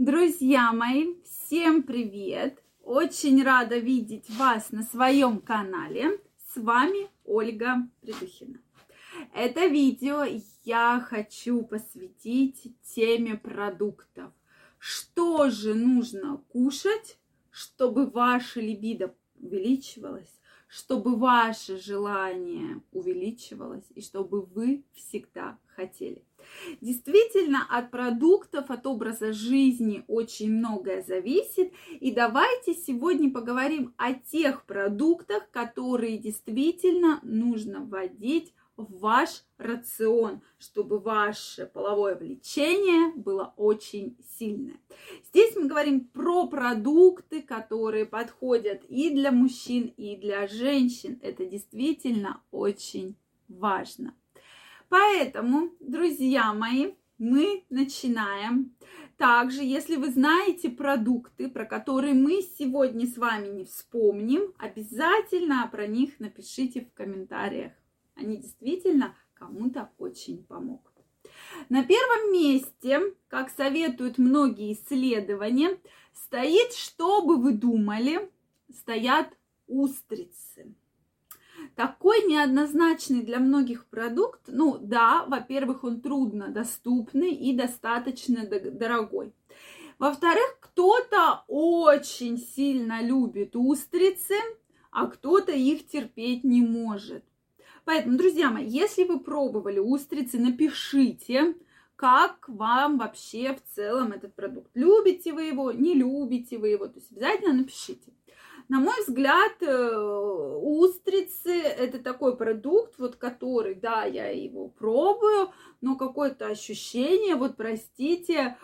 Друзья мои, всем привет! Очень рада видеть вас на своем канале. С вами Ольга Придухина. Это видео я хочу посвятить теме продуктов. Что же нужно кушать, чтобы ваше либидо увеличивалось, чтобы ваше желание увеличивалось и чтобы вы всегда хотели. Действительно, от продуктов, от образа жизни очень многое зависит. И давайте сегодня поговорим о тех продуктах, которые действительно нужно вводить в ваш рацион, чтобы ваше половое влечение было очень сильное. Здесь мы говорим про продукты, которые подходят и для мужчин, и для женщин. Это действительно очень важно. Поэтому, друзья мои, мы начинаем. Также, если вы знаете продукты, про которые мы сегодня с вами не вспомним, обязательно про них напишите в комментариях. Они действительно кому-то очень помогут. На первом месте, как советуют многие исследования, стоит, что бы вы думали, стоят устрицы. Такой неоднозначный для многих продукт. Ну да, во-первых, он трудно доступный и достаточно дорогой. Во-вторых, кто-то очень сильно любит устрицы, а кто-то их терпеть не может. Поэтому, друзья мои, если вы пробовали устрицы, напишите, как вам вообще в целом этот продукт. Любите вы его, не любите вы его. То есть обязательно напишите. На мой взгляд, устрицы это такой продукт, вот который, да, я его пробую, но какое-то ощущение, вот простите,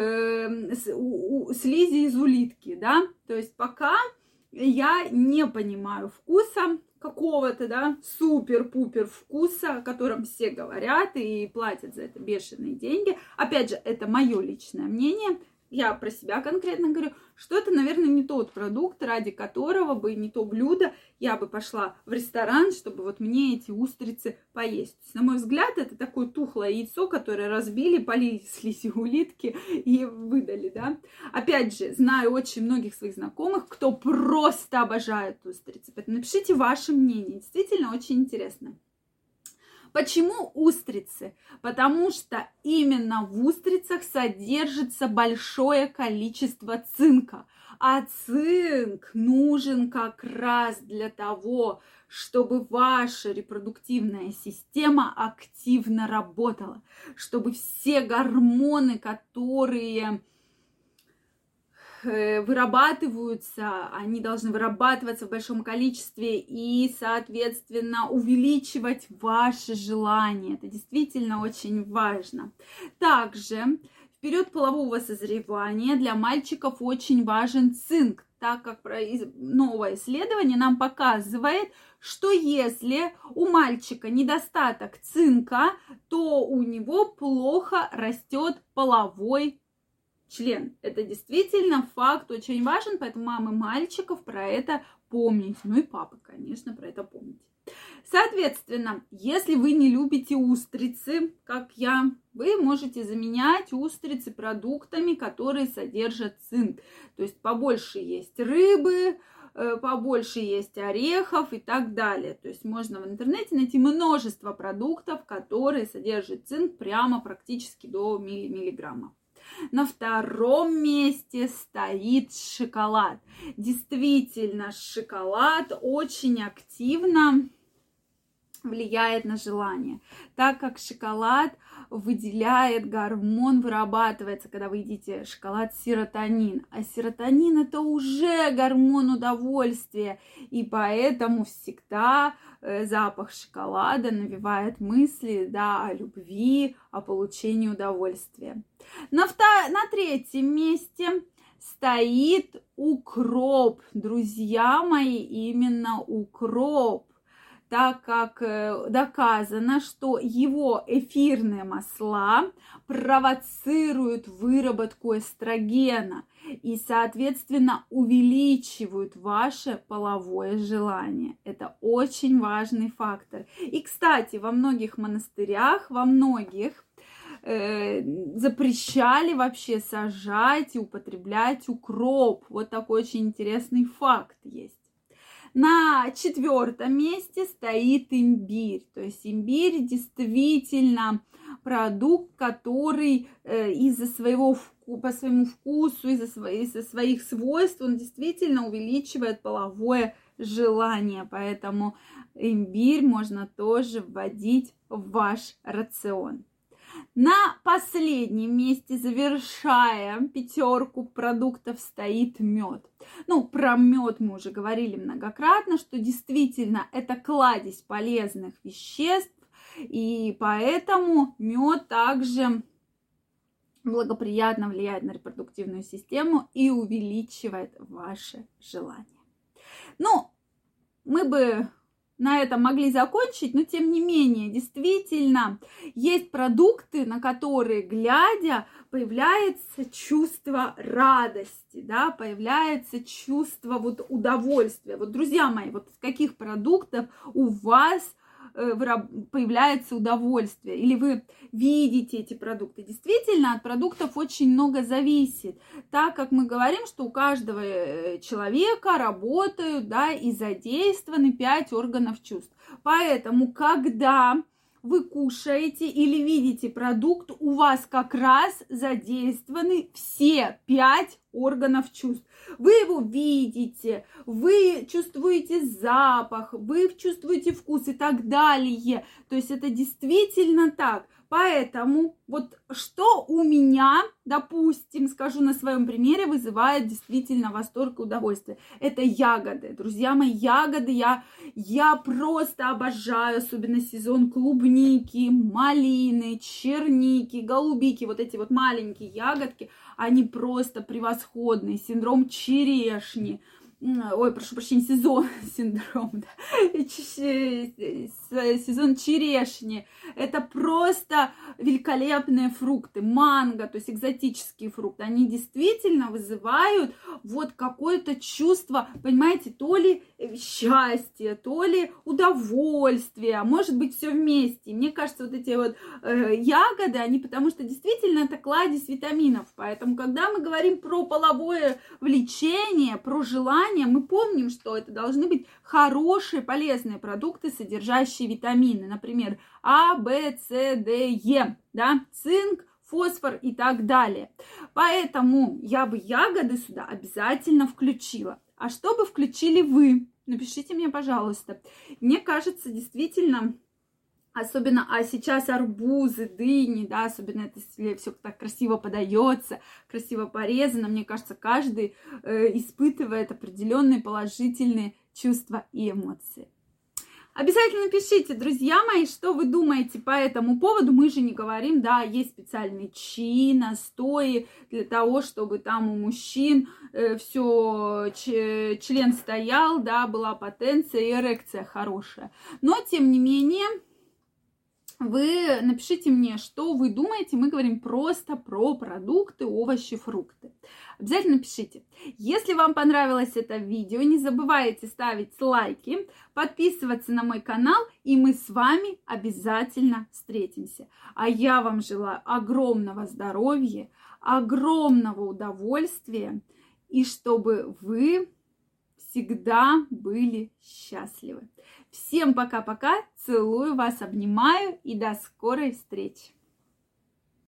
слизи из улитки, да. То есть пока я не понимаю вкуса какого-то, да, супер-пупер вкуса, о котором все говорят и платят за это бешеные деньги. Опять же, это мое личное мнение. Я про себя конкретно говорю, что это, наверное, не тот продукт, ради которого бы, не то блюдо, я бы пошла в ресторан, чтобы вот мне эти устрицы поесть. То есть, на мой взгляд, это такое тухлое яйцо, которое разбили, полили слизью улитки и выдали, да. Опять же, знаю очень многих своих знакомых, кто просто обожает устрицы. Поэтому напишите ваше мнение, действительно очень интересно. Почему устрицы? Потому что именно в устрицах содержится большое количество цинка. А цинк нужен как раз для того, чтобы ваша репродуктивная система активно работала. Чтобы все гормоны, которые вырабатываются, они должны вырабатываться в большом количестве и, соответственно, увеличивать ваше желание. Это действительно очень важно. Также в период полового созревания для мальчиков очень важен цинк, так как новое исследование нам показывает, что если у мальчика недостаток цинка, то у него плохо растет половой член. Это действительно факт очень важен, поэтому мамы мальчиков про это помните. Ну и папы, конечно, про это помните. Соответственно, если вы не любите устрицы, как я, вы можете заменять устрицы продуктами, которые содержат цинк. То есть побольше есть рыбы, побольше есть орехов и так далее. То есть можно в интернете найти множество продуктов, которые содержат цинк прямо практически до миллиграмма. На втором месте стоит шоколад. Действительно, шоколад очень активно влияет на желание, так как шоколад выделяет гормон, вырабатывается, когда вы едите шоколад, серотонин. А серотонин это уже гормон удовольствия, и поэтому всегда запах шоколада навевает мысли, да, о любви, о получении удовольствия. На третьем месте стоит укроп. Друзья мои, именно укроп. Так как доказано, что его эфирные масла провоцируют выработку эстрогена и, соответственно, увеличивают ваше половое желание. Это очень важный фактор. И, кстати, во многих монастырях, во многих запрещали вообще сажать и употреблять укроп. Вот такой очень интересный факт есть. На 4-м месте стоит имбирь. То есть имбирь действительно продукт, который по своему вкусу, из-за своих свойств, он действительно увеличивает половое желание. Поэтому имбирь можно тоже вводить в ваш рацион. На последнем месте, завершая 5 продуктов, стоит мед. Ну, про мед мы уже говорили многократно, что действительно это кладезь полезных веществ, и поэтому мед также благоприятно влияет на репродуктивную систему и увеличивает ваше желание. Ну, мы бы на этом могли закончить, но тем не менее, действительно, есть продукты, на которые, глядя, появляется чувство радости, да, появляется чувство вот удовольствия. Вот, друзья мои, вот из каких продуктов у вас появляется удовольствие, или вы видите эти продукты. Действительно, от продуктов очень много зависит, так как мы говорим, что у каждого человека работают, да, и задействованы 5 органов чувств. Поэтому, когда вы кушаете или видите продукт, у вас как раз задействованы все 5 органов чувств. Вы его видите, вы чувствуете запах, вы чувствуете вкус и так далее. То есть это действительно так. Поэтому вот что у меня, допустим, скажу на своем примере, вызывает действительно восторг и удовольствие. Это ягоды. Друзья мои, ягоды я просто обожаю, особенно сезон клубники, малины, черники, голубики. Вот эти вот маленькие ягодки, они просто превосходные. Синдром черешни. Ой, прошу прощения, сезон черешни. Это просто великолепные фрукты, манго, то есть экзотические фрукты. Они действительно вызывают вот какое-то чувство, понимаете, то ли счастья, то ли удовольствия, может быть, все вместе. И мне кажется, вот эти вот ягоды, они потому что действительно это кладезь витаминов. Поэтому, когда мы говорим про половое влечение, про желание, мы помним, что это должны быть хорошие, полезные продукты, содержащие витамины. Например, А, В, С, Д, Е, да, цинк, фосфор и так далее. Поэтому я бы ягоды сюда обязательно включила. А что бы включили вы? Напишите мне, пожалуйста. Мне кажется, действительно... Особенно, а сейчас арбузы, дыни, да, особенно это если все так красиво подается, красиво порезано. Мне кажется, каждый испытывает определенные положительные чувства и эмоции. Обязательно пишите, друзья мои, что вы думаете по этому поводу. Мы же не говорим, да, есть специальные чаи, настои для того, чтобы там у мужчин все член стоял, да, была потенция и эрекция хорошая. Но, тем не менее... Вы напишите мне, что вы думаете. Мы говорим просто про продукты, овощи, фрукты. Обязательно пишите. Если вам понравилось это видео, не забывайте ставить лайки, подписываться на мой канал, и мы с вами обязательно встретимся. А я вам желаю огромного здоровья, огромного удовольствия, и чтобы вы всегда были счастливы. Всем пока-пока, целую вас, обнимаю и до скорой встречи.